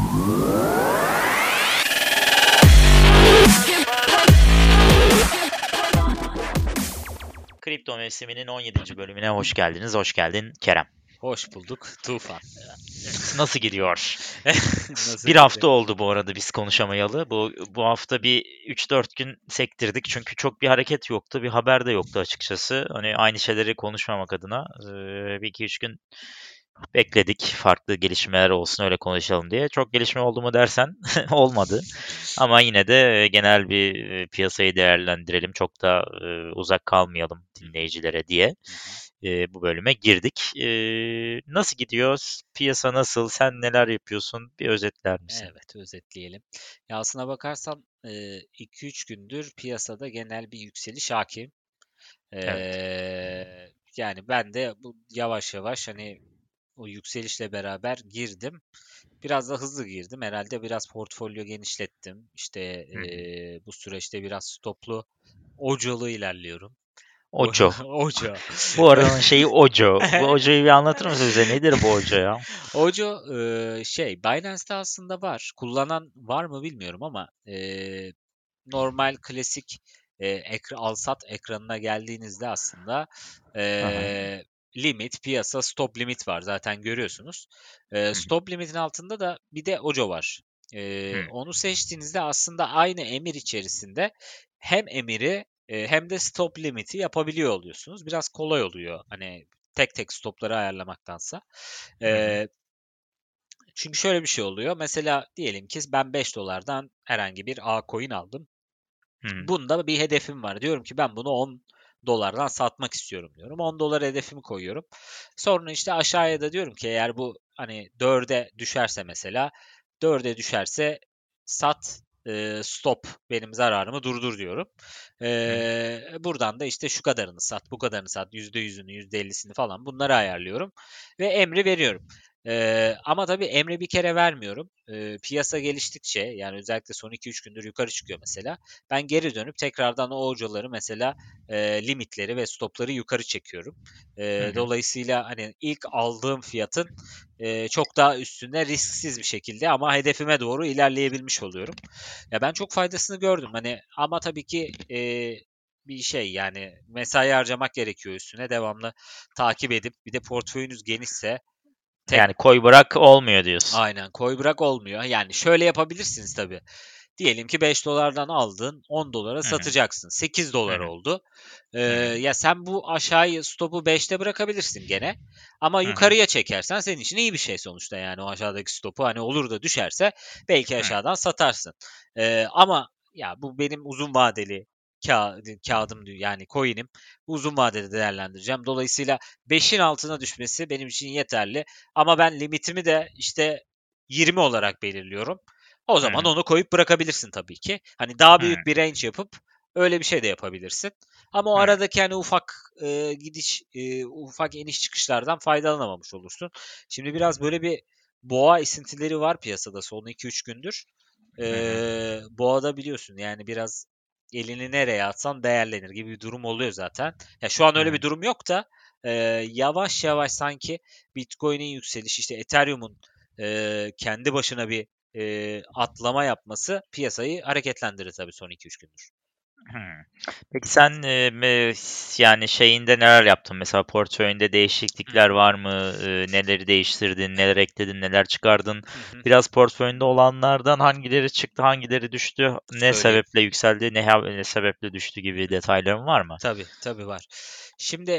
Kripto mevsiminin 17. bölümüne hoş geldiniz. Hoş geldin Kerem. Hoş bulduk Tufan. Nasıl gidiyor? Nasıl Bir gidiyor? hafta oldu bu arada biz konuşamayalı. Bu hafta bir 3-4 gün sektirdik. Çünkü çok bir hareket yoktu, bir haber de yoktu açıkçası. Hani aynı şeyleri konuşmamak adına bir iki üç gün bekledik. Farklı gelişmeler olsun öyle konuşalım diye. Çok gelişme oldu mu dersen olmadı. Ama yine de genel bir piyasayı değerlendirelim. Çok da uzak kalmayalım dinleyicilere diye Hı hı. bu bölüme girdik. Nasıl gidiyor? Piyasa nasıl? Sen neler yapıyorsun? Bir özetler misin? Evet, özetleyelim. Ya aslına bakarsan 2-3 gündür piyasada genel bir yükseliş hakim. Evet. Yani ben de bu yavaş yavaş hani o yükselişle beraber girdim. Biraz da hızlı girdim. Herhalde biraz portfolyo genişlettim. İşte Hı hı. bu süreçte biraz stoplu ocalı ilerliyorum. Ojo. Oca. Bu aranın şeyi Ojo. Bu Ojo'yu bir anlatır mısın bize? Nedir bu Ojo ya? Ojo Binance'te aslında var. Kullanan var mı bilmiyorum ama normal klasik al-sat ekranına geldiğinizde aslında Hı hı. limit, piyasa, stop limit var. Zaten görüyorsunuz. Hı hı. Stop limitin altında da bir de Ojo var. Hı Onu seçtiğinizde aslında aynı emir içerisinde hem emiri hem de stop limiti yapabiliyor oluyorsunuz. Biraz kolay oluyor. Hani tek tek stopları ayarlamaktansa. hı. Eee, Çünkü şöyle bir şey oluyor. Mesela diyelim ki ben 5 dolardan herhangi bir A coin aldım. Hı hı. Bunda bir hedefim var. Diyorum ki ben bunu 10 dolardan satmak istiyorum diyorum. 10 dolar hedefimi koyuyorum. Sonra işte aşağıya da diyorum ki eğer bu hani 4'e düşerse mesela 4'e düşerse sat, stop benim zararımı durdur diyorum. Hı hı. Buradan da işte şu kadarını sat, bu kadarını sat, %100'ünü, %50'sini falan bunları ayarlıyorum ve emri veriyorum. Ama tabii emri bir kere vermiyorum. Piyasa geliştikçe yani özellikle son 2-3 gündür yukarı çıkıyor mesela. Ben geri dönüp tekrardan o hocaları mesela limitleri ve stopları yukarı çekiyorum. Hı hı. Dolayısıyla hani ilk aldığım fiyatın çok daha üstünde risksiz bir şekilde ama hedefime doğru ilerleyebilmiş oluyorum. Ya ben çok faydasını gördüm hani ama tabii ki bir şey yani mesai harcamak gerekiyor üstüne devamlı takip edip bir de portföyünüz genişse tek Yani koy bırak olmuyor diyorsun. aynen koy bırak olmuyor. Yani şöyle yapabilirsiniz tabii. Diyelim ki 5 dolardan aldın 10 dolara Hı hı. satacaksın. 8 Hı dolar hı. oldu. Hı hı. Ya sen bu aşağıyı stopu 5'te bırakabilirsin gene. Ama Hı hı. yukarıya çekersen senin için iyi bir şey sonuçta yani o aşağıdaki stopu hani olur da düşerse belki Hı. aşağıdan satarsın. Ama ya bu benim uzun vadeli kağıdım yani coin'im. Uzun vadede değerlendireceğim. Dolayısıyla 5'in altına düşmesi benim için yeterli. Ama ben limitimi de işte 20 olarak belirliyorum. O Hı zaman hı. onu koyup bırakabilirsin tabii ki. Hani daha Hı hı. büyük bir range yapıp öyle bir şey de yapabilirsin. Ama o Hı. aradaki hani ufak ufak iniş çıkışlardan faydalanamamış olursun. Şimdi biraz böyle bir boğa esintileri var piyasada son 2-3 gündür. Hı hı. Boğada biliyorsun yani biraz elini nereye atsan değerlenir gibi bir durum oluyor zaten. Ya şu an Hı öyle hı. bir durum yok da e, yavaş yavaş sanki Bitcoin'in yükselişi işte Ethereum'un kendi başına bir atlama yapması piyasayı hareketlendirir tabii son 2-3 gündür. Hımm. Peki sen, yani, şeyinde neler yaptın? Mesela portföyünde Hı değişiklikler hı. var mı? Neleri değiştirdin, neler ekledin, neler çıkardın? Hı hı. Biraz portföyünde olanlardan hangileri çıktı, hangileri düştü, ne Söyleyeyim. sebeple yükseldi, ne sebeple düştü Hı gibi hı. detayların var mı? Tabii, tabii var. Şimdi,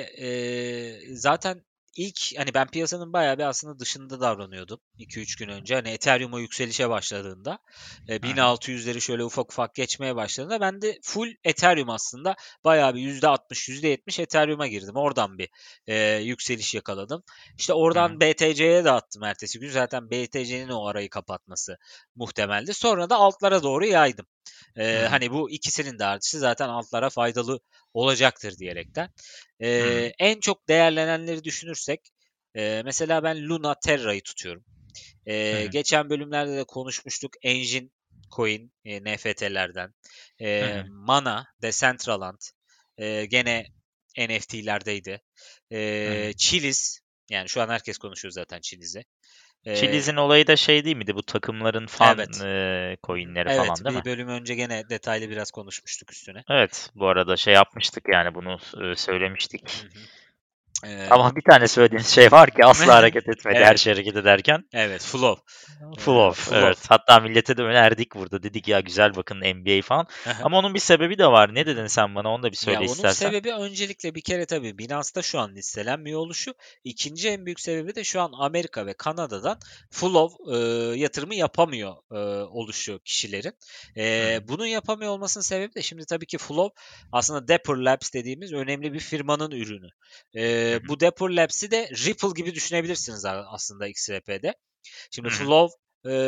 zaten ilk hani ben piyasanın bayağı bir aslında dışında davranıyordum 2-3 gün önce. Hani Ethereum o yükselişe başladığında, Hı hı. 1600'leri şöyle ufak ufak geçmeye başladığında ben de full Ethereum aslında bayağı bir %60, %70 Ethereum'a girdim. Oradan bir, yükseliş yakaladım. İşte Hı hı. oradan BTC'ye de attım ertesi gün. Zaten BTC'nin o arayı kapatması muhtemeldi. Sonra da altlara doğru yaydım. Hı hı. Hani bu ikisinin de artışı zaten altlara faydalı olacaktır diyerekten. Hı hı. En çok değerlenenleri düşünürsek mesela ben Luna Terra'yı tutuyorum. Hı hı. Geçen bölümlerde de konuşmuştuk. Engine Coin NFT'lerden. Hı hı. Mana, Decentraland gene NFT'lerdeydi. Hı hı. Chiliz Yani şu an herkes konuşuyor zaten Chiliz'i. Chili's'in olayı da şey değil miydi? Bu takımların fan Evet. Hı hı. coinleri Evet, falan değil bir mi? bölüm önce gene detaylı biraz konuşmuştuk üstüne. Evet, bu arada şey yapmıştık yani bunu Hı söylemiştik. hı. Eee, Ama bir tane söylediğiniz şey var ki asla hareket etmedi her evet, şey hareket ederken. evet, Flow. Full of, Flow. evet. Hatta millete de önerdik burada. Dedik ya güzel bakın NBA falan. Hı hı. Ama onun bir sebebi de var. Ne dedin sen bana? Onu da bir Ya söyle onun istersen. sebebi öncelikle bir kere tabii Binance'da şu an listelenmiyor oluşu. İkinci en büyük sebebi de şu an Amerika ve Kanada'dan flow yatırımı yapamıyor oluşu kişilerin. Hı hı. Bunun yapamıyor olmasının sebebi de şimdi tabii ki flow aslında Dapper Labs dediğimiz önemli bir firmanın ürünü. Hı hı. Bu Dapper Labs'i de Ripple gibi düşünebilirsiniz aslında XRP'de. Hı Şimdi hı. Flow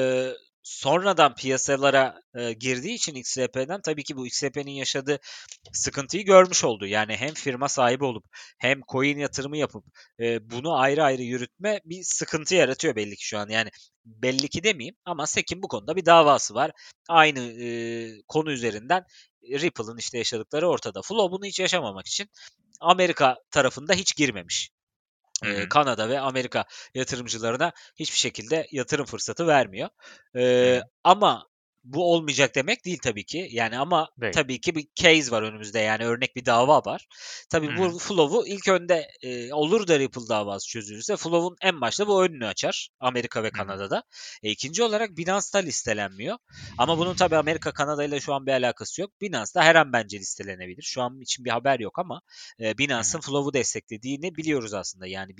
sonradan piyasalara girdiği için XRP'den tabii ki bu XRP'nin yaşadığı sıkıntıyı görmüş oldu. Yani hem firma sahibi olup hem coin yatırımı yapıp bunu ayrı ayrı yürütme bir sıkıntı yaratıyor belli ki şu an. Yani belli ki demeyeyim ama SEC'in bu konuda bir davası var. Aynı konu üzerinden Ripple'ın işte yaşadıkları ortada. Flow bunu hiç yaşamamak için Amerika tarafında hiç girmemiş. Hı hı. Kanada ve Amerika yatırımcılarına hiçbir şekilde yatırım fırsatı vermiyor. Hı hı. Ama bu olmayacak demek değil tabii ki. Yani ama Değil. tabii ki bir case var önümüzde. Yani örnek bir dava var. Hı Tabii hı. bu Flow'u ilk önde olur da Ripple davası çözülürse Flow'un en başta bu önünü açar Amerika ve Hı hı. Kanada'da. İkinci olarak Binance'da listelenmiyor. Ama bunun tabii Amerika Kanada ile şu an bir alakası yok. Binance'da her an bence listelenebilir. Şu an için bir haber yok ama Hı hı. Binance'ın Flow'u desteklediğini biliyoruz aslında. Yani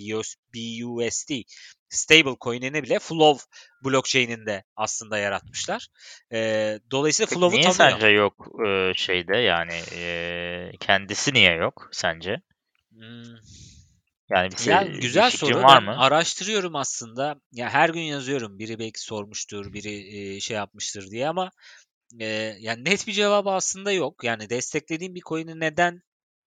BUSD stablecoin'ini bile Flow blockchain'inde aslında yaratmışlar. Dolayısıyla Peki Flow'u niye tanıyor. sence yok şeyde yani kendisi niye yok sence? Hmm. Yani Ya bir güzel fikrin soru. var Ben mı? araştırıyorum aslında. Ya her gün yazıyorum. Biri belki sormuştur, biri şey yapmıştır diye ama yani net bir cevabı aslında yok. Yani desteklediğin bir coin'i neden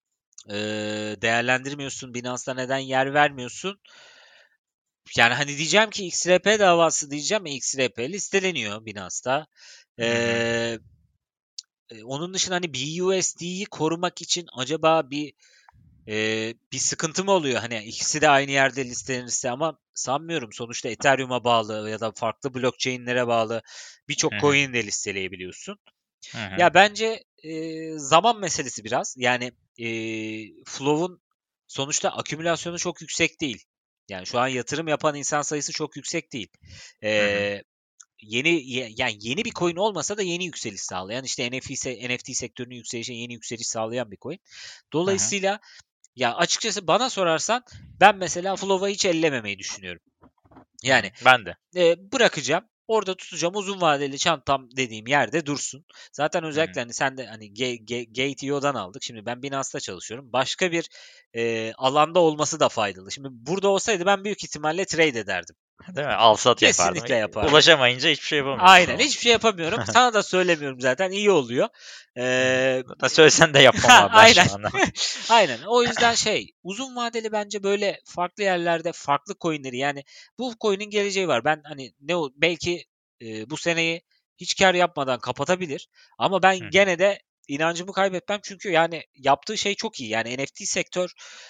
değerlendirmiyorsun? Binance'da neden yer vermiyorsun? Yani hani diyeceğim ki XRP davası diyeceğim. XRP listeleniyor Binance'da. Hı hı. Ee, Onun dışında hani BUSD'yi korumak için acaba bir sıkıntı mı oluyor? Hani ikisi de aynı yerde listelenirse ama sanmıyorum. Sonuçta Ethereum'a bağlı ya da farklı blockchain'lere bağlı Hı birçok hı. coin de listeleyebiliyorsun. Hı hı. Ya bence zaman meselesi biraz. Yani Flow'un sonuçta akümülasyonu çok yüksek değil. Yani şu an yatırım yapan insan sayısı çok yüksek değil. Hı hı. Eee yani yeni bir coin olmasa da yeni yükseliş sağlayan işte NFT sektörünün yükselişine yeni yükseliş sağlayan bir coin. Hı hı. Dolayısıyla ya açıkçası bana sorarsan ben mesela Flow'a hiç ellememeyi düşünüyorum. Hı hı. Yani Ben de. bırakacağım. Orada tutacağım. Uzun vadeli çantam dediğim yerde dursun. Zaten Hı hı. özellikle hani sen de hani Gate.io'dan aldık. Şimdi ben Binance'da çalışıyorum. Başka bir alanda olması da faydalı. Şimdi burada olsaydı ben büyük ihtimalle trade ederdim. Değil mi? Al-sat yapardım. Kesinlikle yapardım. Ulaşamayınca hiçbir şey yapamıyorsun Aynen. ama. Hiçbir şey yapamıyorum. Sana da söylemiyorum zaten. İyi oluyor. Hı hı. Eee, Hatta söylesen de yapmam abi ben aynen. şu anda. Aynen. O yüzden uzun vadeli bence böyle farklı yerlerde farklı coin'leri yani bu coin'in geleceği var. Ben hani belki bu seneyi hiç kar yapmadan kapatabilir ama ben Hı hı. gene de inancımı kaybetmem çünkü yani yaptığı şey çok iyi. Yani NFT sektör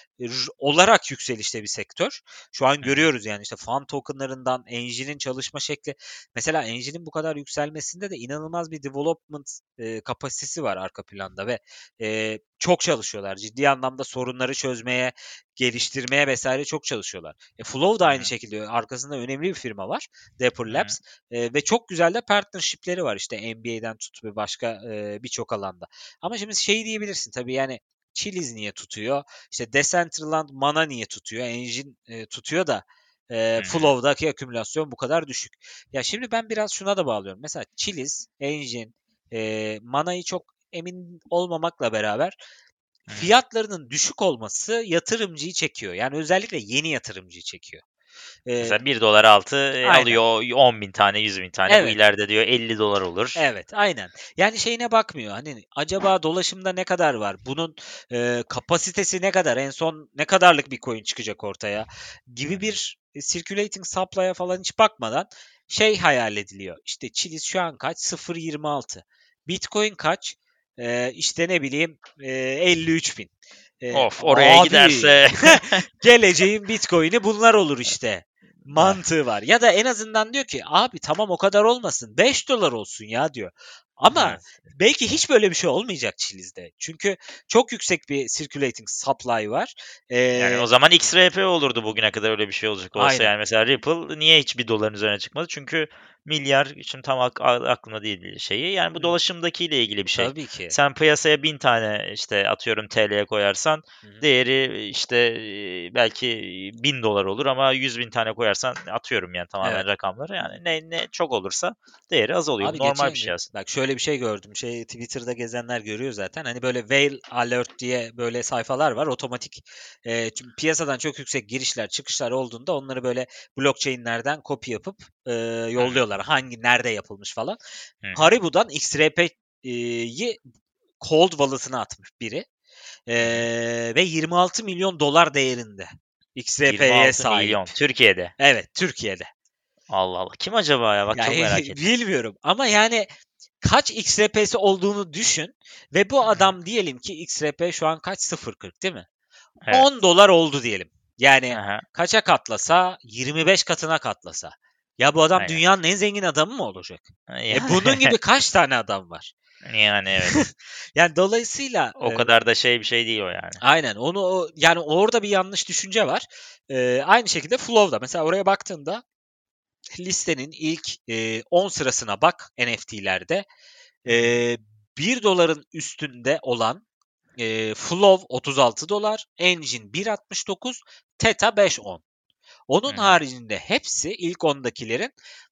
olarak yükselişte bir sektör. Şu an Hı hı. görüyoruz yani işte fan tokenlarından Enjin'in çalışma şekli. Mesela Enjin'in bu kadar yükselmesinde de inanılmaz bir development kapasitesi var arka planda ve çok çalışıyorlar. Ciddi anlamda sorunları çözmeye, geliştirmeye vesaire çok çalışıyorlar. Flow da Hı aynı hı. şekilde arkasında önemli bir firma var. Dapper Hı hı. Labs. Ve çok güzel de partnership'leri var işte NBA'den tut ve başka birçok alanda. Ama şimdi şey diyebilirsin tabii yani Chiliz niye tutuyor? İşte Decentraland Mana niye tutuyor? Engine tutuyor da Hı hı. Flow'daki akümülasyon bu kadar düşük. Ya şimdi ben biraz şuna da bağlıyorum. Mesela Chiliz, Engine, Mana'yı çok emin olmamakla beraber Hı hı. fiyatlarının düşük olması yatırımcıyı çekiyor. Yani özellikle yeni yatırımcıyı çekiyor. Eee, Mesela 1 dolar altı aynen. alıyor 10 bin tane 100 bin tane. Bu Evet. ileride diyor 50 dolar olur. Evet, aynen. Yani şeyine bakmıyor. Hani acaba dolaşımda ne kadar var? Bunun kapasitesi ne kadar? En son ne kadarlık bir coin çıkacak ortaya? Hı Gibi hı. bir circulating supply'a falan hiç bakmadan şey hayal ediliyor. İşte Chiliz şu an kaç? 0,26. Bitcoin kaç? İşte ne bileyim 53 bin. Of, oraya Abi giderse. geleceğin Bitcoin'i bunlar olur işte. Eh, Mantığı var. Ya da en azından diyor ki abi tamam o kadar olmasın. 5 dolar olsun ya diyor. Ama evet. belki hiç böyle bir şey olmayacak Chili'de. Çünkü çok yüksek bir circulating supply var. Yani o Ee, zaman XRP olurdu bugüne kadar öyle bir şey olacak olsa. aynen. Yani mesela Ripple niye hiç bir doların üzerine çıkmadı? Çünkü milyar, şimdi tam aklımda değil şeyi. Yani bu Hı, dolaşımdakiyle ilgili bir şey. tabii ki. Sen piyasaya 1000 tane işte atıyorum TL'ye koyarsan Hı hı. değeri işte belki 1000 dolar olur ama 100 bin tane koyarsan atıyorum yani tamamen Evet. rakamları. Hı Yani hı. ne çok olursa değeri az oluyor. Bu Abi normal bir geçen şey gün aslında. bak şöyle bir şey gördüm. Twitter'da gezenler görüyor zaten. Hani böyle whale alert diye böyle sayfalar var. Otomatik çünkü piyasadan çok yüksek girişler, çıkışlar olduğunda onları böyle blockchain'lerden copy yapıp Hı hı, yolluyorlar. Nerede yapılmış falan. hı hı, Haribu'dan XRP'yi cold wallet'ına atmış biri. hı hı. Ve 26 milyon dolar değerinde XRP'ye 26 sahip. milyon Türkiye'de. Evet, Türkiye'de. Allah Allah. Kim acaba ya? Bak çok Yani merak ettim. bilmiyorum ama yani kaç XRP'si olduğunu düşün ve bu Hı hı. adam diyelim ki XRP şu an kaç? 0,40 değil mi? Evet. 10 dolar oldu diyelim. Yani Aha, kaça katlasa? 25 katına katlasa. Ya bu adam aynen. dünyanın en zengin adamı mı olacak? Bunun Yani, gibi kaç tane adam var? yani evet. Yani dolayısıyla O kadar da bir şey değil o yani. aynen yani orada bir yanlış düşünce var. Aynı şekilde Flow'da mesela oraya baktığında listenin ilk 10 sırasına bak NFT'lerde. Hı hı, Eee $1 üstünde olan Flow 36 dolar, Engine 1,69, Theta 5,10. hı Onun hı, haricinde hepsi ilk 10'dakilerin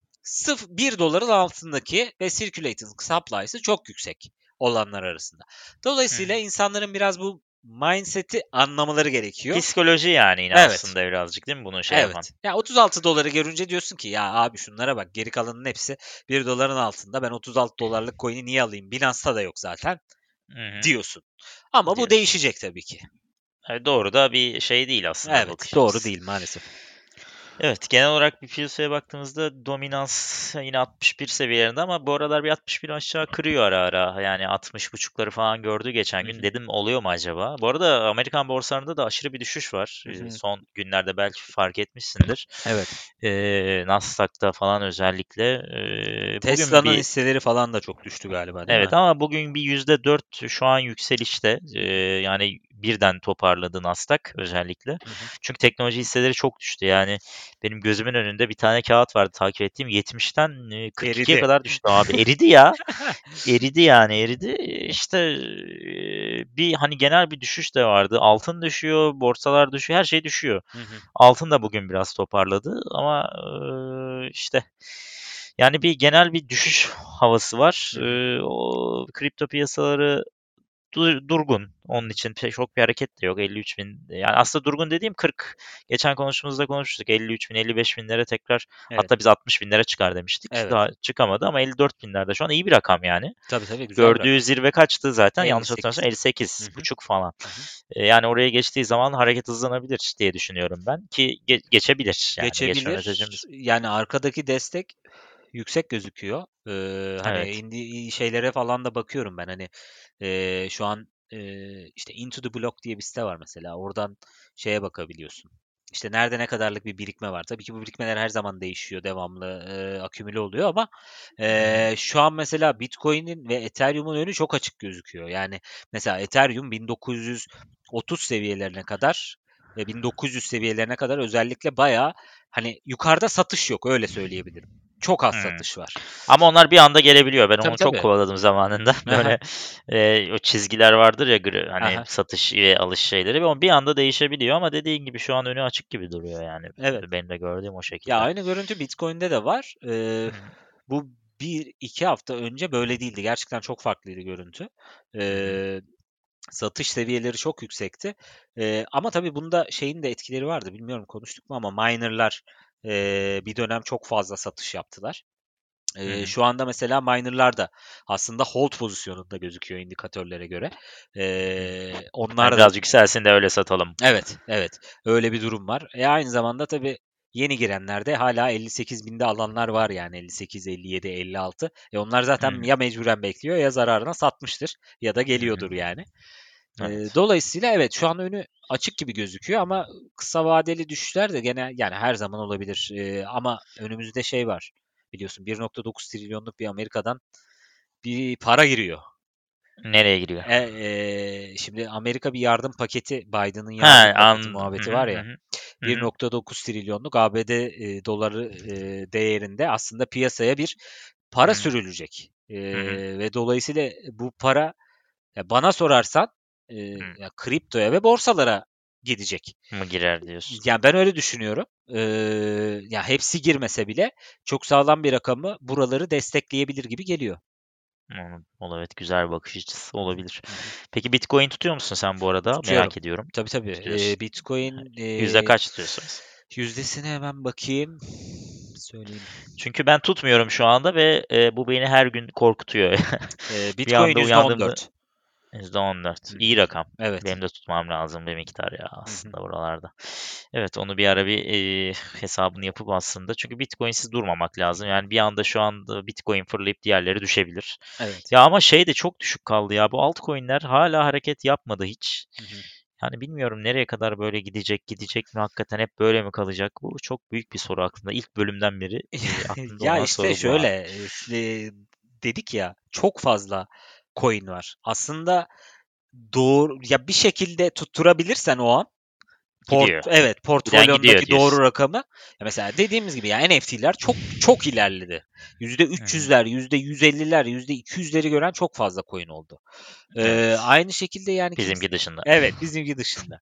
$1'ın altındaki ve circulating supply'sı çok yüksek olanlar arasında. hı Dolayısıyla hı. insanların biraz bu mindset'i anlamaları gerekiyor. Psikoloji yani yine Evet. aslında birazcık değil mi bunu şey yapan? Evet. Ya 36 doları görünce diyorsun ki ya abi şunlara bak geri kalanın hepsi 1 doların altında. Ben 36 dolarlık coin'i niye alayım? Binance'ta da yok zaten Hı hı, diyorsun. Ama bu diyorsun. değişecek tabii ki. Doğru da bir şey değil aslında Evet, bakış doğru açısı. değil maalesef. Evet, genel olarak bir piyasaya baktığımızda dominans yine 61 seviyelerinde ama bu aralar bir 61 aşağı kırıyor ara ara. Yani 60 buçukları falan gördü geçen Hı gün. hı. Dedim oluyor mu acaba? Bu arada Amerikan borsalarında da aşırı bir düşüş var. Hı hı. Son günlerde belki fark etmişsindir. Evet. Nasdaq'ta falan özellikle. Bugün Tesla'nın bir hisseleri falan da çok düştü galiba değil Evet mi? ama bugün bir %4 şu an yükselişte. Yani birden toparladı Nasdaq özellikle. Hı hı. Çünkü teknoloji hisseleri çok düştü. Yani benim gözümün önünde bir tane kağıt vardı takip ettiğim. 70'ten 42'ye Eridi. kadar düştü abi. Eridi ya. Eridi yani eridi. İşte bir hani genel bir düşüş de vardı. Altın düşüyor, borsalar düşüyor, her şey düşüyor. Hı hı. Altın da bugün biraz toparladı ama işte yani bir genel bir düşüş havası var. Hı hı. O kripto piyasaları durgun. Onun için çok bir hareket de yok. 53 bin. Yani aslında durgun dediğim 40. Geçen konuşmamızda konuşmuştuk. 53 bin, 55 binlere tekrar Evet. hatta biz 60 binlere çıkar demiştik. Evet. Daha çıkamadı ama 54 binlerde şu an iyi bir rakam yani. Tabii tabii güzel bir Gördüğü rakam. zirve kaçtı zaten? Yanlış hatırlamıyorsam 58. Hı 58 hı. buçuk falan. Hı hı. Yani oraya geçtiği zaman hareket hızlanabilir diye düşünüyorum ben ki geçebilir yani geçme Geçebilir. mesajımız. Yani arkadaki destek yüksek gözüküyor. Hani Evet. şeylere falan da bakıyorum ben hani şu an işte Into the Block diye bir site var mesela. Oradan şeye bakabiliyorsun. İşte nerede ne kadarlık bir birikme var. Tabii ki bu birikmeler her zaman değişiyor, devamlı akümüle oluyor ama Hı hı. şu an mesela Bitcoin'in ve Ethereum'un önü çok açık gözüküyor. Yani mesela Ethereum 1930 seviyelerine kadar ve 1900 seviyelerine kadar özellikle bayağı hani yukarıda satış yok öyle söyleyebilirim. Çok az Hımm. satış var. Ama onlar bir anda gelebiliyor. Ben Tabii onu çok tabii. kovaladım zamanında. Aha, Böyle, o çizgiler vardır ya hani aha. satış ve alış şeyleri ve o bir anda değişebiliyor ama dediğin gibi şu an önü açık gibi duruyor yani. Evet. Benim de gördüğüm o Ya şekilde. aynı görüntü Bitcoin'de de var. Hı hı. Bu 1-2 hafta önce böyle değildi. Gerçekten çok farklıydı görüntü. Hı hı. Eee, Satış seviyeleri çok yüksekti. Ama tabii bunda şeyin de etkileri vardı. Bilmiyorum konuştuk mu ama miner'lar bir dönem çok fazla satış yaptılar. Hı hı. Şu anda mesela miner'lar da aslında hold pozisyonunda gözüküyor indikatörlere göre. Hı. Onlar Hani da biraz yükselsin de öyle satalım. evet, evet. Öyle bir durum var. Aynı zamanda tabii yeni girenler de hâlâ 58 binde alanlar var yani 58, 57, 56. Onlar Hı zaten hı. ya mecburen bekliyor ya zararına satmıştır ya da Hı hı. geliyordur yani. Evet. Dolayısıyla evet şu an önü açık gibi gözüküyor ama kısa vadeli düşüşler de gene yani her zaman olabilir. Ama önümüzde şey var. Biliyorsun 1,9 trilyonluk bir Amerika'dan bir para giriyor. Nereye giriyor? Şimdi Amerika bir yardım paketi, Biden'ın Ha, yardım paketi Hı muhabbeti hı, var hı ya. hı. Hı hı. 1,9 trilyonluk ABD doları değerinde aslında piyasaya bir Hı para hı. sürülecek. Hı hı. Ve dolayısıyla bu para ya bana sorarsan Hı. ya kriptoya ve borsalara gidecek. Mı girer diyorsun? Yani ben öyle düşünüyorum. Ya hepsi girmese bile çok sağlam bir rakamı buraları destekleyebilir gibi geliyor. Evet, güzel bir bakış açısı Hı hı, olabilir. hı hı. Peki Bitcoin tutuyor musun sen bu arada? Tutuyorum. Merak ediyorum. Tabii tabii. Tutuyorsun. Bitcoin Yüzde kaç tutuyorsunuz? yüzdesine hemen bakayım. Söyleyeyim. Çünkü ben tutmuyorum şu anda ve bu beni her gün korkutuyor. Bir Bitcoin anda uyandığımda %14. %14. Hı İyi hı. rakam. Evet. Benim de tutmam lazım bir miktar ya Hı hı. aslında buralarda. Evet, onu bir ara bir hesabını yapıp aslında. Çünkü Bitcoin'siz durmamak Hı lazım. hı. Yani bir anda şu anda Bitcoin fırlayıp diğerleri düşebilir. Evet. Ya ama şey de çok düşük kaldı ya. Bu altcoin'ler hala hareket yapmadı hiç. Hı hı. Yani bilmiyorum nereye kadar böyle gidecek mi hakikaten hep böyle mi kalacak? Bu çok büyük bir soru aklımda. İlk bölümden beri aklımda Ya olan işte soru bu şöyle abi. dedik ya çok fazla coin var. Aslında doğru ya bir şekilde tutturabilirsen o an Gidiyor. evet, Giden gidiyor portfolyondaki doğru diyorsun. rakamı ya mesela dediğimiz gibi ya NFT'ler çok çok ilerledi. Hı hı. %300'ler, %150'ler, %200'leri gören çok fazla coin oldu. Evet. Aynı şekilde yani kimse Bizimki dışında. evet bizimki dışında.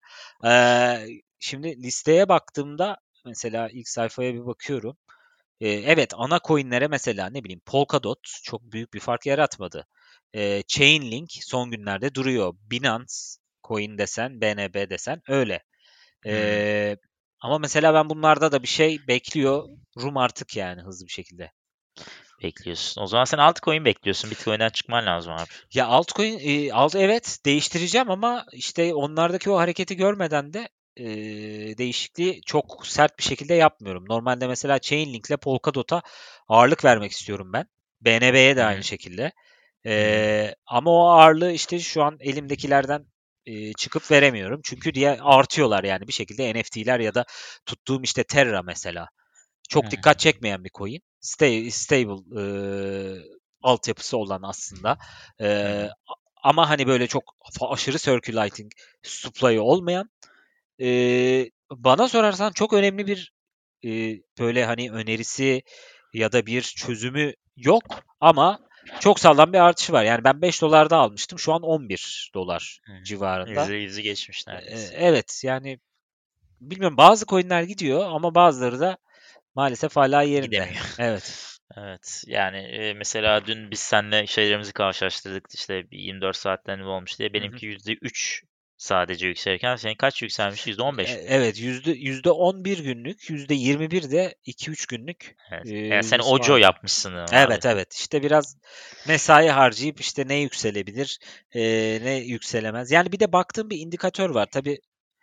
Şimdi listeye baktığımda mesela ilk sayfaya bir bakıyorum. Evet ana coin'lere mesela ne bileyim Polkadot çok büyük bir fark yaratmadı. Chainlink son günlerde duruyor. Binance Coin desen, BNB desen öyle. Hı hı. Eee, Ama mesela ben bunlarda da bir şey bekliyorum artık yani hızlı bir şekilde. Bekliyorsun. O zaman sen altcoin bekliyorsun. Bitcoin'den çıkman lazım abi. Ya altcoin, evet değiştireceğim ama işte onlardaki o hareketi görmeden de değişikliği çok sert bir şekilde yapmıyorum. Normalde mesela Chainlink'le Polkadot'a ağırlık vermek istiyorum ben. BNB'ye de Hı aynı hı. şekilde. Hı hı. Ama o ağırlığı işte şu an elimdekilerden çıkıp veremiyorum. Çünkü diye artıyorlar yani bir şekilde NFT'ler ya da tuttuğum işte Terra mesela. Hı Çok hı. dikkat çekmeyen bir coin. Stable altyapısı olan aslında. Hı hı. Ama hani böyle çok aşırı circulating supply'ı olmayan bana sorarsan çok önemli bir böyle hani önerisi ya da bir çözümü yok ama çok sağlam bir artışı var. Yani ben 5 dolarda almıştım. Şu an 11 dolar Hı hı. civarında. %100'ü geçmiş neredeyse. Evet yani bilmiyorum bazı coin'ler gidiyor ama bazıları da maalesef hala yerinde. Gidemiyor. Evet. Evet. Yani mesela dün biz seninle şeylerimizi karşılaştırdık. İşte bir 24 saatten ne olmuş diye. Hı hı. Benimki %3 sadece yükselirken senin kaç yükselmiş? %15 mi? Evet %11 günlük, %21 de 2-3 günlük Evet. Yani sen yüzdesi oco vardı. yapmışsın abi. Evet evet işte biraz mesai harcayıp işte ne yükselebilir, ne yükselemez. Yani bir de baktığım bir indikatör var. Tabii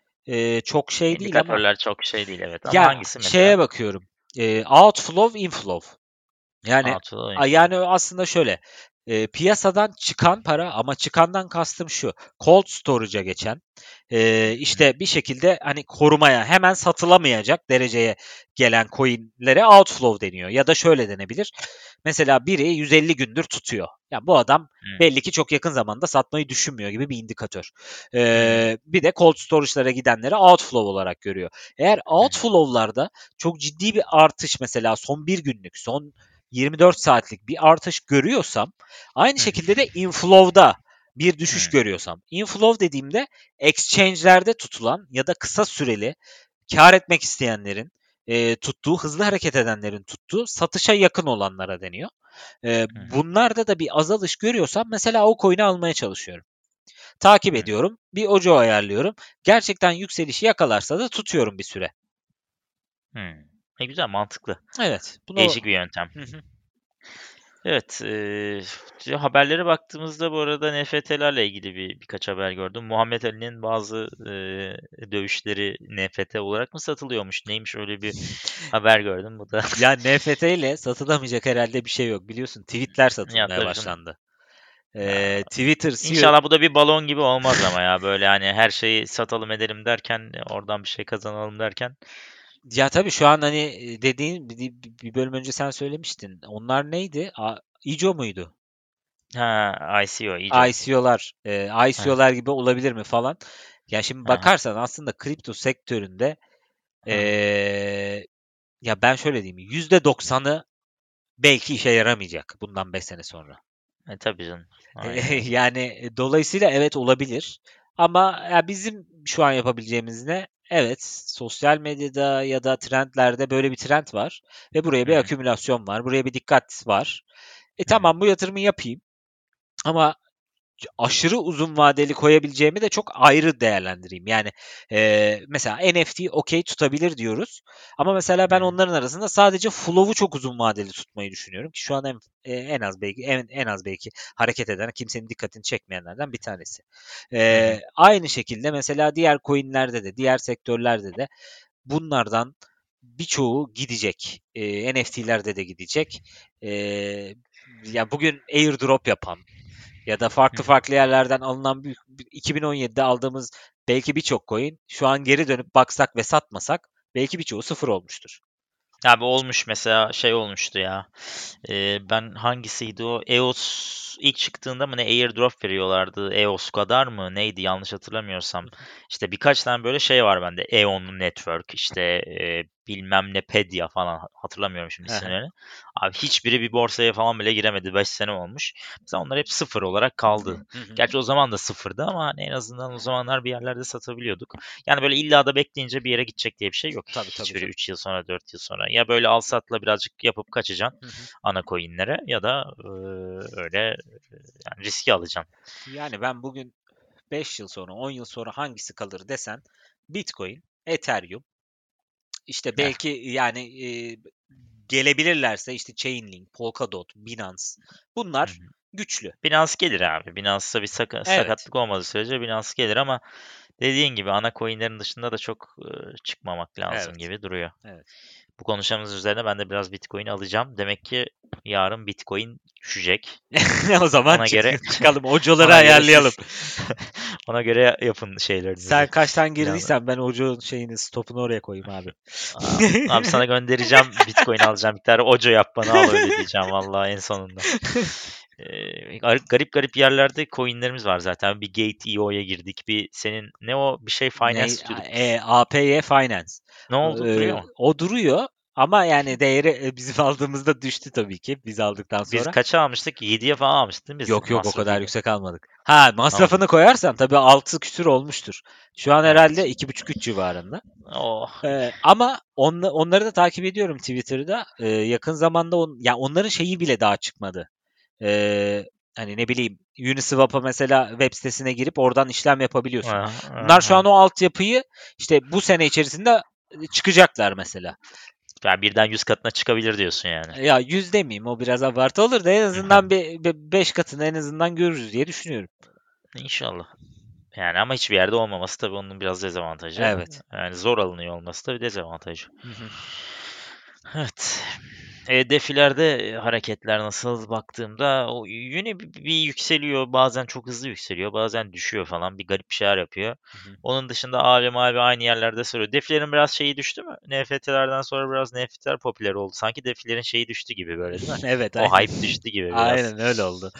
çok şey değil ama İndikatörler çok şey değil, evet. Ama ya hangisi mesela? şeye bakıyorum. Outflow, inflow. Yani Outflow, inflow. yani aslında şöyle piyasadan çıkan para ama çıkandan kastım şu. Cold storage'a geçen Hı işte bir şekilde hani korumaya hemen satılamayacak dereceye gelen coin'lere outflow deniyor. Ya da şöyle denebilir. Mesela biri 150 gündür tutuyor. Ya bu adam hı. belli ki çok yakın zamanda satmayı düşünmüyor gibi bir indikatör. Hı hı. Bir de cold storage'lara gidenleri outflow olarak görüyor. Eğer Hı hı. outflow'larda çok ciddi bir artış mesela son bir günlük, son 24 saatlik bir artış görüyorsam aynı Hı hı. şekilde de inflow'da bir düşüş Hı. görüyorsam. Inflow dediğimde exchange'lerde tutulan ya da kısa süreli kar etmek isteyenlerin tuttuğu, hızlı hareket edenlerin tuttuğu satışa yakın olanlara deniyor. Hı hı. Bunlarda da bir azalış görüyorsam mesela o coin'i almaya çalışıyorum. Takip Hı. ediyorum. Bir oco ayarlıyorum. Gerçekten yükselişi yakalarsa da tutuyorum bir süre. Hı. Güzel, mantıklı. Evet. Bunu Değişik bir yöntem. hı hı. Evet, haberlere baktığımızda bu arada NFT'lerle ilgili birkaç haber gördüm. Muhammed Ali'nin bazı dövüşleri NFT olarak mı satılıyormuş? Neymiş, öyle bir haber gördüm. Bu da Ya NFT ile satılamayacak herhalde bir şey yok. Biliyorsun tweetler ya satılmaya tabii canım. başlandı. Ya, Twitter CEO. İnşallah bu da bir balon gibi olmaz ama ya böyle hani her şeyi satalım edelim derken oradan bir şey kazanalım derken. Ya tabii şu an hani dediğin bir bölüm önce sen söylemiştin. Onlar neydi? ICO muydu? Ha, ICO, ICO. ICO'lar, Heh, ICO'lar gibi olabilir mi falan. Ya şimdi heh, bakarsan aslında kripto sektöründe heh. eee, ya ben şöyle diyeyim, %90'ı belki işe yaramayacak bundan 5 sene sonra. Tabii canım. Aynen öyle. Yani dolayısıyla evet olabilir. Ama ya bizim şu an yapabileceğimiz ne? Evet, sosyal medyada ya da trendlerde böyle bir trend var ve buraya Hı bir hı, akümülasyon var, buraya bir dikkat var. hı hı, Tamam bu yatırımı yapayım ama aşırı uzun vadeli koyabileceğimi de çok ayrı değerlendireyim. Yani mesela NFT okey tutabilir diyoruz. Ama mesela hı ben hı, onların arasında sadece flow'u çok uzun vadeli tutmayı düşünüyorum ki şu an en az belki en az belki hareket eden kimsenin dikkatini çekmeyenlerden bir tanesi. hı hı, Aynı şekilde mesela diğer coinlerde de diğer sektörlerde de bunlardan birçoğu gidecek. NFT'lerde de gidecek. Ya bugün airdrop yapan ya da hı farklı hı. farklı yerlerden alınan 2017'de aldığımız belki birçok coin şu an geri dönüp baksak ve satmasak belki birçoğu sıfır olmuştur. Abi olmuş mesela şey olmuştu ya. Ben hangisiydi o? EOS ilk çıktığında mı ne airdrop veriyorlardı. EOS kadar mı neydi yanlış hatırlamıyorsam. İşte birkaç tane böyle şey var bende. EON Network işte bilmem ne Pedia falan hatırlamıyorum şimdi Hı hı. isimlerini. Abi hiçbiri bir borsaya falan bile giremedi. 5 sene olmuş. Mesela onlar hep sıfır olarak kaldı. Hı hı. Gerçi o zaman da sıfırdı ama hani en azından o zamanlar bir yerlerde satabiliyorduk. Yani böyle illa da bekleyince bir yere gidecek diye bir şey yok. Tabii tabii Hiçbiri tabii. 3 yıl sonra 4 yıl sonra. Ya böyle al satla birazcık yapıp kaçacaksın Hı hı. ana coin'lere ya da öyle yani riski alacaksın. Yani ben bugün 5 yıl sonra 10 yıl sonra hangisi kalır desen Bitcoin, Ethereum, işte Heh. belki yani gelebilirlerse işte Chainlink, Polkadot, Binance Hı bunlar hı. güçlü. Binance gelir abi. Binance'da bir Evet. sakatlık olmadığı sürece Binance gelir ama dediğin gibi ana coin'lerin dışında da çok çıkmamak lazım Evet. gibi duruyor. Evet. Bu konuşmamız üzerine ben de biraz Bitcoin alacağım. Demek ki yarın Bitcoin düşecek. O zaman Ona göre çıkalım. Hocaları ona göre ayarlayalım. siz ona göre yapın Sen şeylerinizi. kaçtan Planı. girdiysen ben hocanın şeyini stopunu oraya koyayım abi. Abi sana göndereceğim Bitcoin alacağım bir tane Oco yap bana al öyle diyeceğim vallahi en sonunda. Garip garip yerlerde coinlerimiz var zaten. Bir Gate.io'ya girdik. Bir senin ne o bir şey finance Ne? tutuyorduk. APY Finance. Ne oldu? Duruyor mu? O duruyor ama yani değeri bizim aldığımızda düştü tabii ki biz aldıktan Biz sonra. kaça almıştık? 7'ye falan almıştık değil mi biz Yok yok o kadar masrafıyla? yüksek almadık. Ha Almadık. masrafını koyarsan tabii 6 küsür olmuştur. Şu an herhalde Evet. 2,5-3 civarında. Oh. Ama onları da takip ediyorum Twitter'da. Yakın zamanda ya onların şeyi bile daha çıkmadı. Hani ne bileyim Uniswap'a mesela web sitesine girip oradan işlem yapabiliyorsun. Aha, Bunlar şu aha. an o altyapıyı işte bu sene içerisinde çıkacaklar mesela. Yani birden 100 katına çıkabilir diyorsun yani. Ya 100 demeyeyim o biraz abartı olur da en azından bir 5 katını en azından görürüz diye düşünüyorum. İnşallah. Yani ama hiçbir yerde olmaması tabii onun biraz dezavantajı. Evet. Yani zor alınıyor olması da bir dezavantajı. Hı hı. Evet. Defilerde hareketler nasıl baktığımda o yönü bir yükseliyor, bazen çok hızlı yükseliyor, bazen düşüyor falan. Bir garip bir şeyler yapıyor. Hı hı. Onun dışında abi mavi aynı yerlerde sürüyor. Defilerin biraz şeyi düştü mü? NFT'lerden sonra biraz NFT'ler popüler oldu. Sanki defilerin şeyi düştü gibi böyle değil mi? Evet O aynen. hype düştü gibi biraz. Aynen öyle oldu.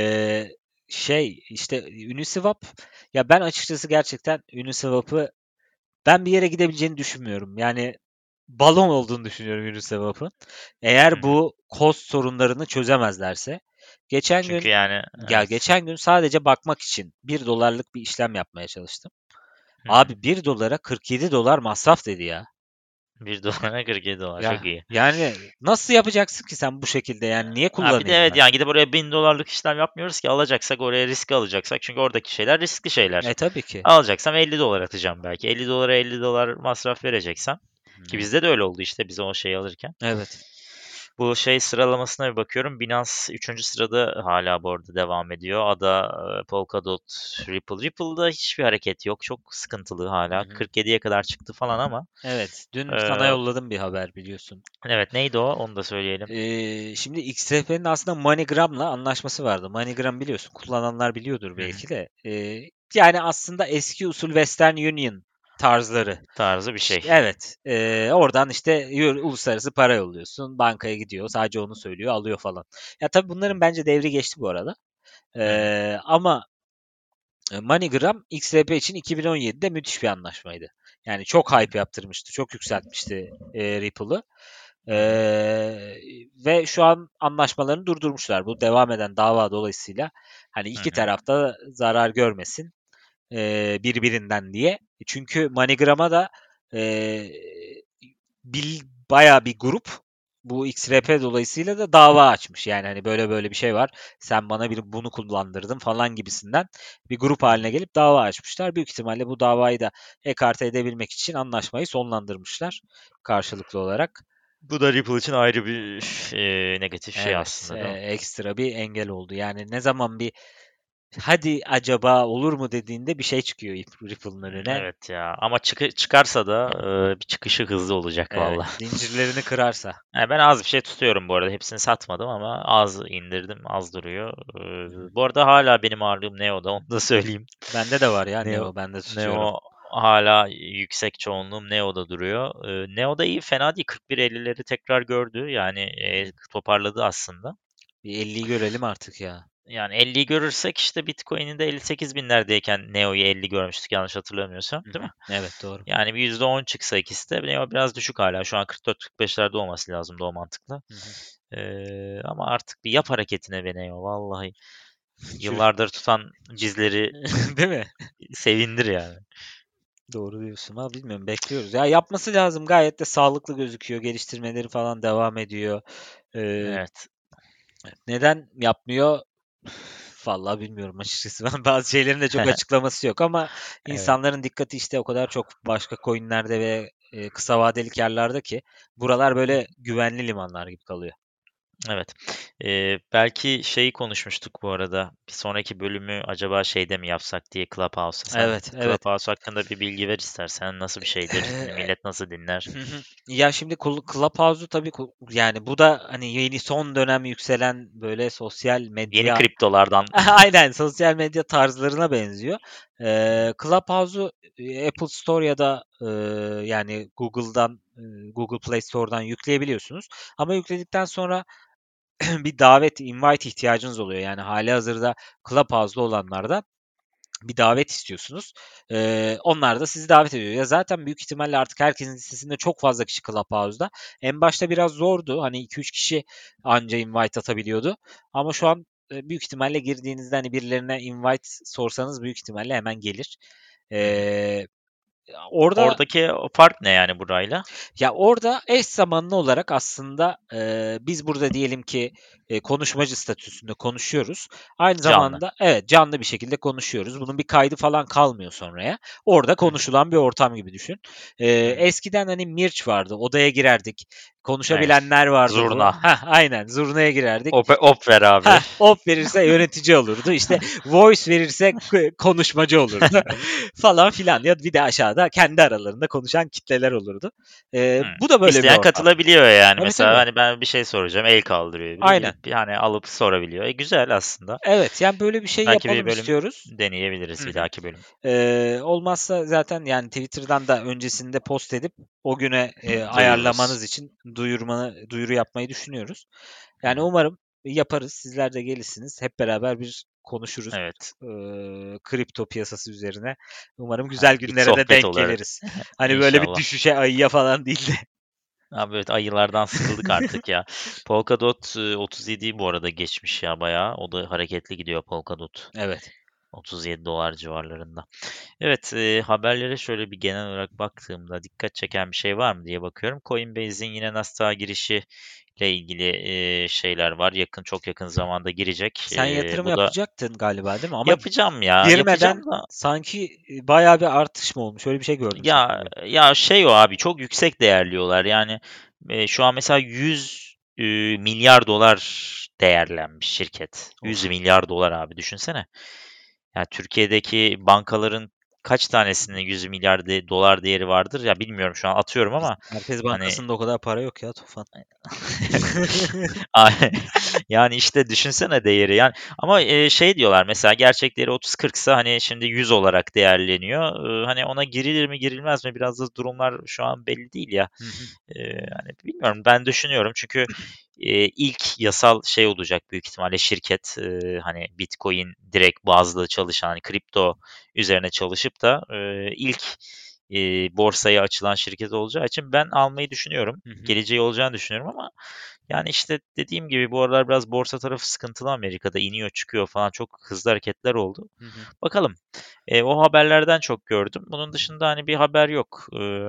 İşte Uniswap ya ben açıkçası gerçekten Uniswap'ı ben bir yere gidebileceğini düşünmüyorum. Yani balon olduğunu düşünüyorum Uniswap'ın. Hı Eğer hı. bu cost sorunlarını çözemezlerse. Geçen Çünkü gün yani ya evet. geçen gün sadece bakmak için 1 dolarlık bir işlem yapmaya çalıştım. Hı hı. Abi 1 dolara 47 dolar masraf dedi ya. 1 dolara 47 dolar çok Ya iyi. yani nasıl yapacaksın ki sen bu şekilde yani niye Ha, bir de kullanayım evet ben? yani gidip oraya 1000 dolarlık işlem yapmıyoruz ki alacaksak oraya risk alacaksak çünkü oradaki şeyler riskli şeyler. Tabii ki. Alacaksam 50 dolar atacağım belki. 50 dolara 50 dolar masraf vereceksem ki Ya, bizde de öyle oldu işte biz o şeyi alırken. evet. Bu şey sıralamasına bir bakıyorum. Binance 3. sırada hala bu arada devam ediyor. ADA, Polkadot, Ripple. Ripple'da hiçbir hareket yok. Çok sıkıntılı Hı hala. hı. 47'ye kadar çıktı falan ama Evet, dün sana e, yolladım bir haber biliyorsun. evet, neydi o? Onu da söyleyelim. Şimdi XRP'nin aslında MoneyGram'la anlaşması vardı. MoneyGram biliyorsun, kullananlar biliyordur Hı hı. belki de. Yani aslında eski usul Western Union tarzları. Tarzı bir şey. Evet, oradan işte uluslararası para yolluyorsun, bankaya gidiyor, sadece onu söylüyor, alıyor falan. Ya tabii bunların bence devri geçti bu arada. Hı hı. Ama MoneyGram XRP için 2017'de müthiş bir anlaşmaydı. Yani çok Hı hype yaptırmıştı, çok yükseltmişti Ripple'ı. hı. Hı. Ve şu an anlaşmalarını durdurmuşlar. Bu devam eden dava dolayısıyla hani Hı iki hı. tarafta zarar görmesin birbirinden diye. Çünkü MoneyGram'a da eee bil, bayağı bir grup bu Hı hı. XRP dolayısıyla da dava açmış. Yani hani böyle böyle bir şey var. Sen bana bunu kullandırdın falan gibisinden bir grup Hı haline hı. gelip dava açmışlar. Büyük ihtimalle bu davayı da ekarte edebilmek için anlaşmayı sonlandırmışlar karşılıklı olarak. Bu da Ripple için ayrı bir negatif şey Evet, aslında, değil mi? ekstra bir engel oldu. Yani ne zaman bir hadi acaba olur mu dediğinde bir şey çıkıyor Ripple'ın önüne. Evet ya. Ama çıkarsa da bir çıkışı hızlı olacak Evet, valla. zincirlerini kırarsa. Yani ben az bir şey tutuyorum bu arada. Hepsini satmadım ama az indirdim. Az duruyor. Hı hı. Bu arada hala benim ağırlığım Neo'da. Onu da söyleyeyim. Bende de var ya Neo, Neo, ben de tutuyorum. Neo hala yüksek çoğunluğum Neo'da duruyor. Neo'da iyi, fena değil. 41.50'leri tekrar gördü. Yani toparladı aslında. Bir 50'yi görelim artık ya. Yani 50'yi görürsek işte Bitcoin'in de 58 binlerdeyken Neo'yu 50 görmüştük yanlış hatırlamıyorsam, Hı değil hı. mi? Evet, doğru. Yani bir %10 çıksa ikisi de Neo biraz düşük hala. Şu an 44-45'lerde olması lazım o mantıkla. Hı hı. Ama artık bir yap hareketine be Neo vallahi. Şu, Yıllardır tutan bizleri değil mi? sevindir yani. Doğru diyorsun ama bilmiyorum, bekliyoruz. Ya yapması lazım, gayet de sağlıklı gözüküyor. Geliştirmeleri falan devam ediyor. Ee, Evet. Neden yapmıyor? Vallahi bilmiyorum açıkçası. Ben bazı şeylerin de çok açıklaması yok ama Evet. insanların dikkati işte o kadar çok başka coinlerde ve kısa vadeli karlarda ki buralar böyle güvenli limanlar gibi kalıyor. Evet. Belki şeyi konuşmuştuk bu arada. Bir sonraki bölümü acaba şeyde mi yapsak diye Clubhouse'da. Sen Evet, evet. Clubhouse hakkında bir bilgi ver istersen. Nasıl bir şeydir? Hani Eee, millet nasıl dinler? Hı hı. Ya şimdi Clubhouse'u tabii yani bu da hani yeni son dönem yükselen böyle sosyal Yeni medya kriptolardan. aynen sosyal medya tarzlarına benziyor. Hı hı. Clubhouse'u Apple Store ya da yani Google'dan Google Play Store'dan yükleyebiliyorsunuz. Ama yükledikten sonra bir davet, invite ihtiyacınız oluyor. Yani halihazırda Clubhouse'da olanlardan bir davet istiyorsunuz. Onlar da sizi davet ediyor. Ya zaten büyük ihtimalle artık herkesin listesinde çok fazla kişi Clubhouse'da. En başta biraz zordu. Hani 2-3 kişi anca invite atabiliyordu. Ama şu an büyük ihtimalle girdiğinizde hani birilerine invite sorsanız büyük ihtimalle hemen gelir. Hı hı. Ee, Orada Oradaki o fark ne yani burayla? ya orada eş zamanlı olarak aslında biz burada diyelim ki konuşmacı statüsünde konuşuyoruz. Aynı Canlı. zamanda evet canlı bir şekilde konuşuyoruz. Bunun bir kaydı falan kalmıyor sonraya. Orada Hı hı. konuşulan bir ortam gibi düşün. Hı hı. Eskiden hani Mirç vardı. Odaya girerdik. Evet. Konuşabilenler vardı bu. Zurna. Aynen zurnaya girerdik. Op ver abi. Op verirse yönetici olurdu. İşte voice verirse konuşmacı olurdu falan filan. Ya bir de aşağıda kendi aralarında konuşan kitleler olurdu. Hımm. Bu da böyle bir İsteyen ortam. katılabiliyor yani. Tabii Mesela, tabii. hani, ben bir şey soracağım, el kaldırıyor biri. Aynen. Gidip, hani, alıp sorabiliyor. Güzel aslında. Evet, yani böyle bir şey Belki bir yapalım bölüm istiyoruz. deneyebiliriz Hı bir hı. dahaki bölüm. Olmazsa zaten yani Twitter'dan da öncesinde post edip o güne Duyururuz. ayarlamanız için duyuru yapmayı düşünüyoruz. Hı Yani hı. umarım yaparız. Sizler de gelirsiniz. Hep beraber bir konuşuruz. Evet. Kripto piyasası üzerine. Umarım güzel Aynen, bir günlere de sohbet denk olur. geliriz. Hani böyle bir İnşallah. düşüşe, ayıya falan değil de. Abi, evet, ayılardan sıkıldık artık ya. Polkadot, 37'yi bu arada geçmiş ya bayağı. O da hareketli gidiyor Polkadot. Evet. $37 civarlarında. Evet, haberlere şöyle bir genel olarak baktığımda dikkat çeken bir şey var mı diye bakıyorum. Coinbase'in yine Nasdaq'a girişiyle ilgili şeyler var. Çok yakın zamanda girecek. Sen yatırım Bu da yapacaktın galiba değil mi? Ama yapacağım ya, girmeden yapacağım da sanki bayağı bir artış mı olmuş? Öyle bir şey gördüm sanki ya bugün. ya şey o abi çok yüksek değerliyorlar. Yani şu an mesela milyar dolar değerlenmiş şirket. 100 Of. milyar dolar abi düşünsene. Yani Türkiye'deki bankaların kaç tanesinin 100 milyar dolar değeri vardır ya bilmiyorum şu an atıyorum ama Merkez hani Bankası'nda o kadar para yok ya Tufan. yani işte düşünsene değeri yani ama şey diyorlar mesela gerçek değeri 30-40'sa hani şimdi 100 olarak değerleniyor. Hani ona girilir mi girilmez mi biraz da durumlar şu an belli değil ya. Hı hı. Hani bilmiyorum ben düşünüyorum çünkü ilk yasal şey olacak büyük ihtimalle şirket hani Bitcoin direkt bazlı çalışan hani kripto üzerine çalışıp da ilk borsaya açılan şirket olacağı için ben almayı düşünüyorum. Hı hı. Geleceği olacağını düşünüyorum ama yani işte dediğim gibi bu aralar biraz borsa tarafı sıkıntılı Amerika'da iniyor çıkıyor falan çok hızlı hareketler oldu. Hı hı. Bakalım. O haberlerden çok gördüm. Bunun dışında hani bir haber yok.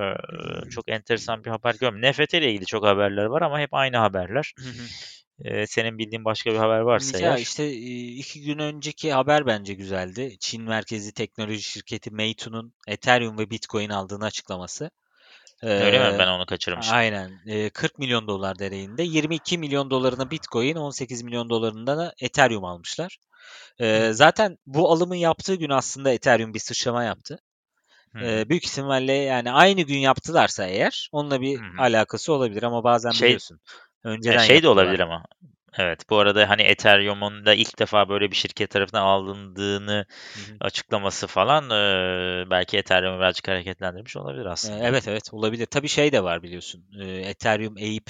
Çok enteresan bir haber görmedim. NFT ile ilgili çok haberler var ama hep aynı haberler. Hı hı. Senin bildiğin başka bir haber varsa Ya eğer. işte 2 gün önceki haber bence güzeldi. Çin merkezli teknoloji şirketi Meitu'nun Ethereum ve Bitcoin aldığını açıklaması. Öyle mi? Ee, Ben onu kaçırmışım. aynen. 40 milyon dolar değerinde. 22 milyon dolarına Bitcoin, 18 milyon dolarında da Ethereum almışlar. Hı hı. Zaten bu alımı yaptığı gün aslında Ethereum bir sıçrama yaptı. Hı hı. Büyük ihtimalle yani aynı gün yaptılarsa eğer onunla Hı bir hı. alakası olabilir ama bazen Şey, biliyorsun önceden şey de yapıyorlar. olabilir ama. Evet, bu arada hani Ethereum'un da ilk defa böyle bir şirket tarafından alındığını Hı hı. açıklaması falan belki Ethereum'u birazcık hareketlendirmiş olabilir aslında. Evet, evet, olabilir. Tabii şey de var biliyorsun. Ethereum EIP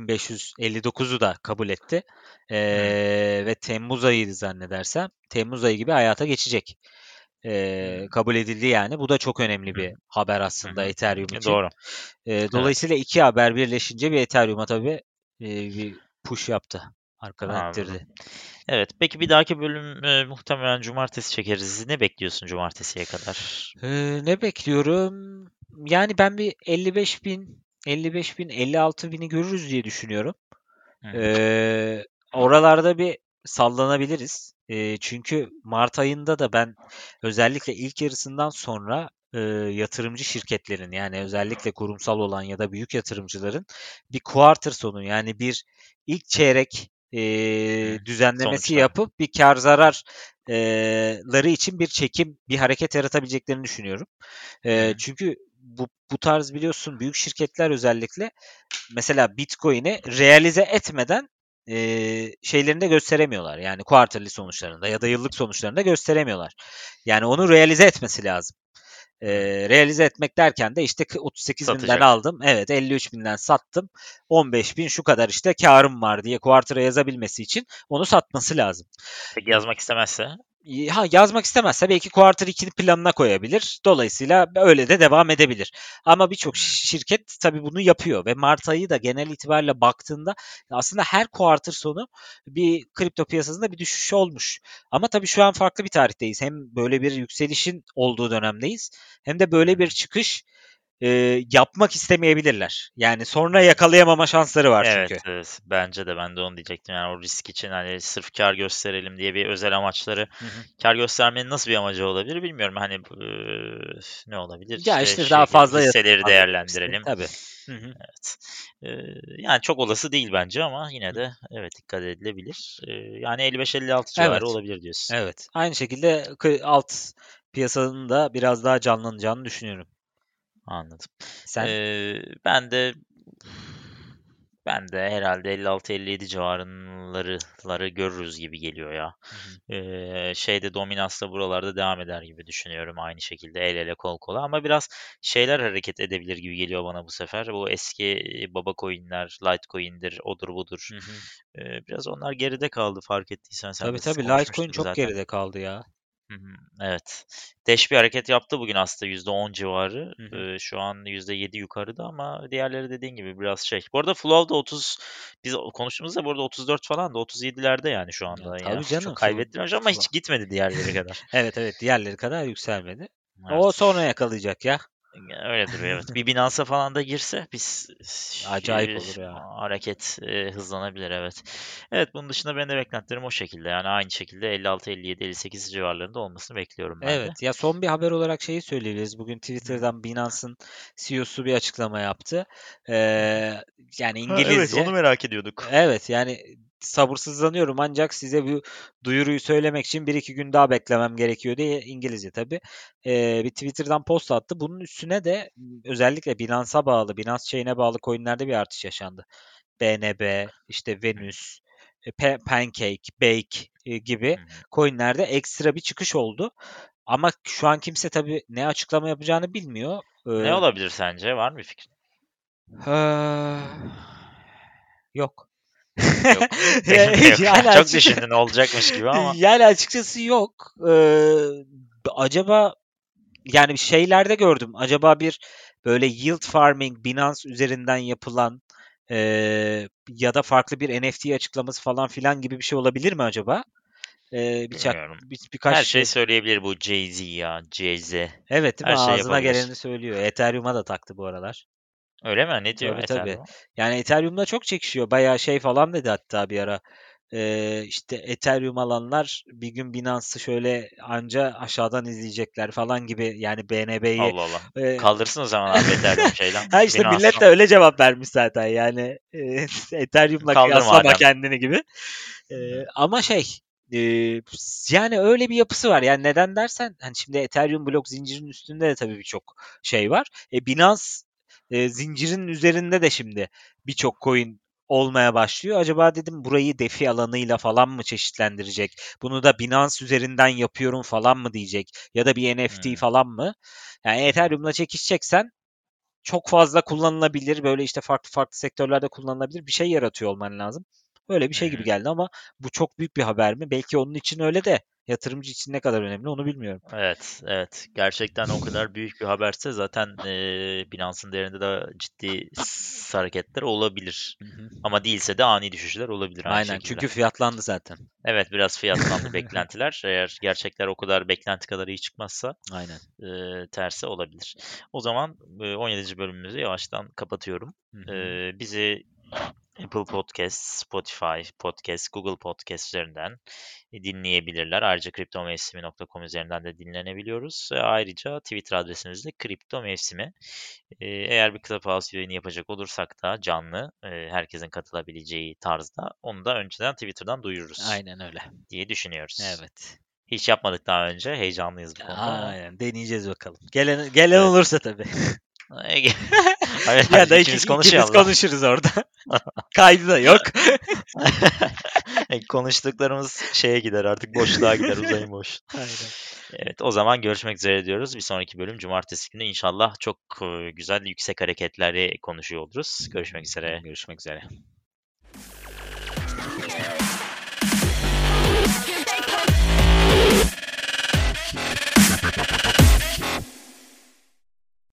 1559'u da kabul etti. Hı Ve Temmuz ayıydı zannedersem. Temmuz ayı gibi hayata geçecek. hı. Kabul edildi yani. Bu da çok önemli Hı bir hı. haber Hı aslında hı. Ethereum için. Doğru. Evet. Dolayısıyla iki haber birleşince bir Ethereum'a tabii bir push yaptı. Arkadan Anladım. ittirdi. Evet. Peki bir dahaki bölüm muhtemelen cumartesi çekeriz. Ne bekliyorsun cumartesiye kadar? Ne bekliyorum? Yani ben bir 55 bin, 55 bin, 56 bini görürüz diye düşünüyorum. Hı hı. Eee, Oralarda bir sallanabiliriz. Çünkü mart ayında da ben özellikle ilk yarısından sonra yatırımcı şirketlerin yani özellikle kurumsal olan ya da büyük yatırımcıların bir quarter sonu yani bir ilk çeyrek Hı. düzenlemesi Sonuçlar. yapıp bir kar zarar ları için bir çekim, bir hareket yaratabileceklerini düşünüyorum. Hı hı. Çünkü bu tarz biliyorsun büyük şirketler özellikle mesela Bitcoin'i realize etmeden şeylerinde gösteremiyorlar. Yani quarterly sonuçlarında ya da yıllık sonuçlarında gösteremiyorlar. Yani onu realize etmesi lazım. Hı. Realize etmek derken de işte 38 binden Satacak. aldım. Evet 53 binden sattım. 15 bin şu kadar işte karım var diye quarter'a yazabilmesi için onu satması lazım. Peki yazmak istemezse? Yazmak istemezse belki Quarter 2 planına koyabilir. Dolayısıyla öyle de devam edebilir. Ama birçok Hı. şirket tabii bunu yapıyor ve Mart ayı da genel itibariyle baktığında aslında her quarter sonu bir kripto piyasasında bir düşüş olmuş. Ama tabii şu an farklı bir tarihteyiz. Hem böyle bir yükselişin olduğu dönemdeyiz hem de Hı böyle bir hı. çıkış yapmak istemeyebilirler. Yani sonra Hı. yakalayamama şansları var Evet, çünkü. evet. Bence de ben de onu diyecektim. Yani o risk için hani sırf kar gösterelim diye bir özel amaçları Hı hı. kar göstermenin nasıl bir amacı olabilir bilmiyorum. Hani ne olabilir? Ya İşte işte daha fazla yatırım hisseleri alabilir işte. değerlendirelim. Tabii. Hı hı. Evet. Yani çok olası değil bence ama yine Hı. de evet dikkat edilebilir. Yani 55-56 civarı Evet. olabilir diyorsun. Evet. Aynı şekilde alt piyasanın da biraz daha canlanacağını düşünüyorum. Anladım. Sen? Ben de herhalde 56-57 civarları görürüz gibi geliyor ya. Hı hı. Şeyde dominans da buralarda devam eder gibi düşünüyorum aynı şekilde el ele kol kola ama biraz şeyler hareket edebilir gibi geliyor bana bu sefer. Bu eski baba coin'ler, Litecoin'dir, odur budur. Hı hı. Biraz onlar geride kaldı fark ettiysen sen Tabii de tabii Litecoin konuşmuştuk çok zaten. geride kaldı ya. Hı hı, evet. Dash bir hareket yaptı bugün aslında %10 civarı. Hı hı. Şu an %7 yukarıda ama diğerleri dediğin gibi biraz şey. Bu arada Flow da 30 biz konuştuğumuzda bu arada 34 falan da 37'lerde yani şu Ya anda. Yani tabii canım. çok kaybettirmiş ama hiç gitmedi diğerleri kadar. Evet evet diğerleri kadar yükselmedi. O Evet. sonra yakalayacak ya. Öyle duruyor evet. Bir Binance'a falan da girse biz Acayip olur ya. hareket hızlanabilir evet. Evet bunun dışında benim de beklentilerim o şekilde. Yani aynı şekilde 56, 57, 58 civarlarında olmasını bekliyorum ben de. Evet, ya son bir haber olarak şeyi söyleyebiliriz. Bugün Hı hı. Twitter'dan Binance'ın CEO'su bir açıklama yaptı. Ee, yani Ha, evet onu İngilizce. merak ediyorduk. Evet, yani sabırsızlanıyorum ancak size bu duyuruyu söylemek için bir iki gün daha beklemem gerekiyor diye İngilizce tabii. Bir Twitter'dan post attı. Bunun üstüne de özellikle Binance'a bağlı, Binance Chain'e bağlı coin'lerde bir artış yaşandı. BNB, işte Hı hı. Venus, Pancake, Bake gibi Hı hı. coin'lerde ekstra bir çıkış oldu. Ama şu an kimse tabii ne açıklama yapacağını bilmiyor. Ne olabilir sence? Var mı bir fikrin? Eee, yok. Yok. Benim de yok. Yani Çok açık düşündün olacakmış gibi ama. yani açıkçası yok. Acaba yani şeylerde gördüm. Acaba bir böyle yield farming Binance üzerinden yapılan ya da farklı bir NFT açıklaması falan filan gibi bir şey olabilir mi acaba? Bilmiyorum. Her Birkaç şey söyleyebilir bu Jay-Z ya. Jay-Z. evet değil mi? Her şey Ağzına yapabilir. geleni söylüyor. Ethereum'a da taktı bu aralar. Öyle mi? Ne diyor Tabii tabii. Ethereum? Yani Ethereum'da çok çekişiyor. Bayağı şey falan dedi hatta bir ara. İşte Ethereum alanlar bir gün Binance'ı şöyle anca aşağıdan izleyecekler falan gibi. Yani BNB'yi Allah Allah. e, Kaldırsın o zaman abi Ethereum şeyden. ha işte millet Binance'dan. de öyle cevap vermiş zaten. Yani Ethereum'la Kaldır kıyaslama madem. kendini gibi. Ama e, yani öyle bir yapısı var. Yani neden dersen hani şimdi Ethereum blok zincirinin üstünde de tabii birçok şey var. Binance zincirinin üzerinde de şimdi birçok coin olmaya başlıyor. Acaba dedim burayı DeFi alanıyla falan mı çeşitlendirecek? Bunu da Binance üzerinden yapıyorum falan mı diyecek? Ya da bir NFT Hmm. falan mı? Yani Hı hı. Ethereum'la çekişeceksen çok fazla kullanılabilir, böyle işte farklı farklı sektörlerde kullanılabilir bir şey yaratıyor olman lazım. Öyle bir Hı şey gibi hı. geldi ama bu çok büyük bir haber mi? Belki onun için öyle de yatırımcı için ne kadar önemli onu bilmiyorum. Evet, evet. Gerçekten o kadar büyük bir haberse zaten Binance'ın değerinde de ciddi hareketler olabilir. Hı hı. Ama değilse de ani düşüşler olabilir aynı Aynen şekilde. çünkü fiyatlandı zaten. Evet, biraz fiyatlandı beklentiler. Eğer gerçekler o kadar beklenti kadar iyi çıkmazsa Aynen. tersi olabilir. O zaman 17. bölümümüzü yavaştan kapatıyorum. Hı hı. Bizi Apple Podcast, Spotify Podcast, Google Podcast üzerinden dinleyebilirler. Ayrıca kriptomevsimi.com üzerinden de dinlenebiliyoruz. Ayrıca Twitter adresimiz de kriptomevsimi. Eğer bir Clubhouse yayını yapacak olursak da canlı, herkesin katılabileceği tarzda onu da önceden Twitter'dan duyururuz Aynen öyle. diye düşünüyoruz. Evet. Hiç yapmadık daha önce. Heyecanlıyız bu konuda ama Aynen deneyeceğiz bakalım. Gelen evet. olursa tabii. Hayır, Ya hayır da ikimiz ikimiz konuşuyoruz. konuşuruz orada. Kaydı da yok. Konuştuklarımız şeye gider artık boşluğa gider uzayın boş. Aynen. Evet o zaman görüşmek üzere diyoruz. Bir sonraki bölüm cumartesi günü inşallah çok güzel yüksek hareketleri konuşuyor oluruz. Görüşmek üzere. Görüşmek üzere.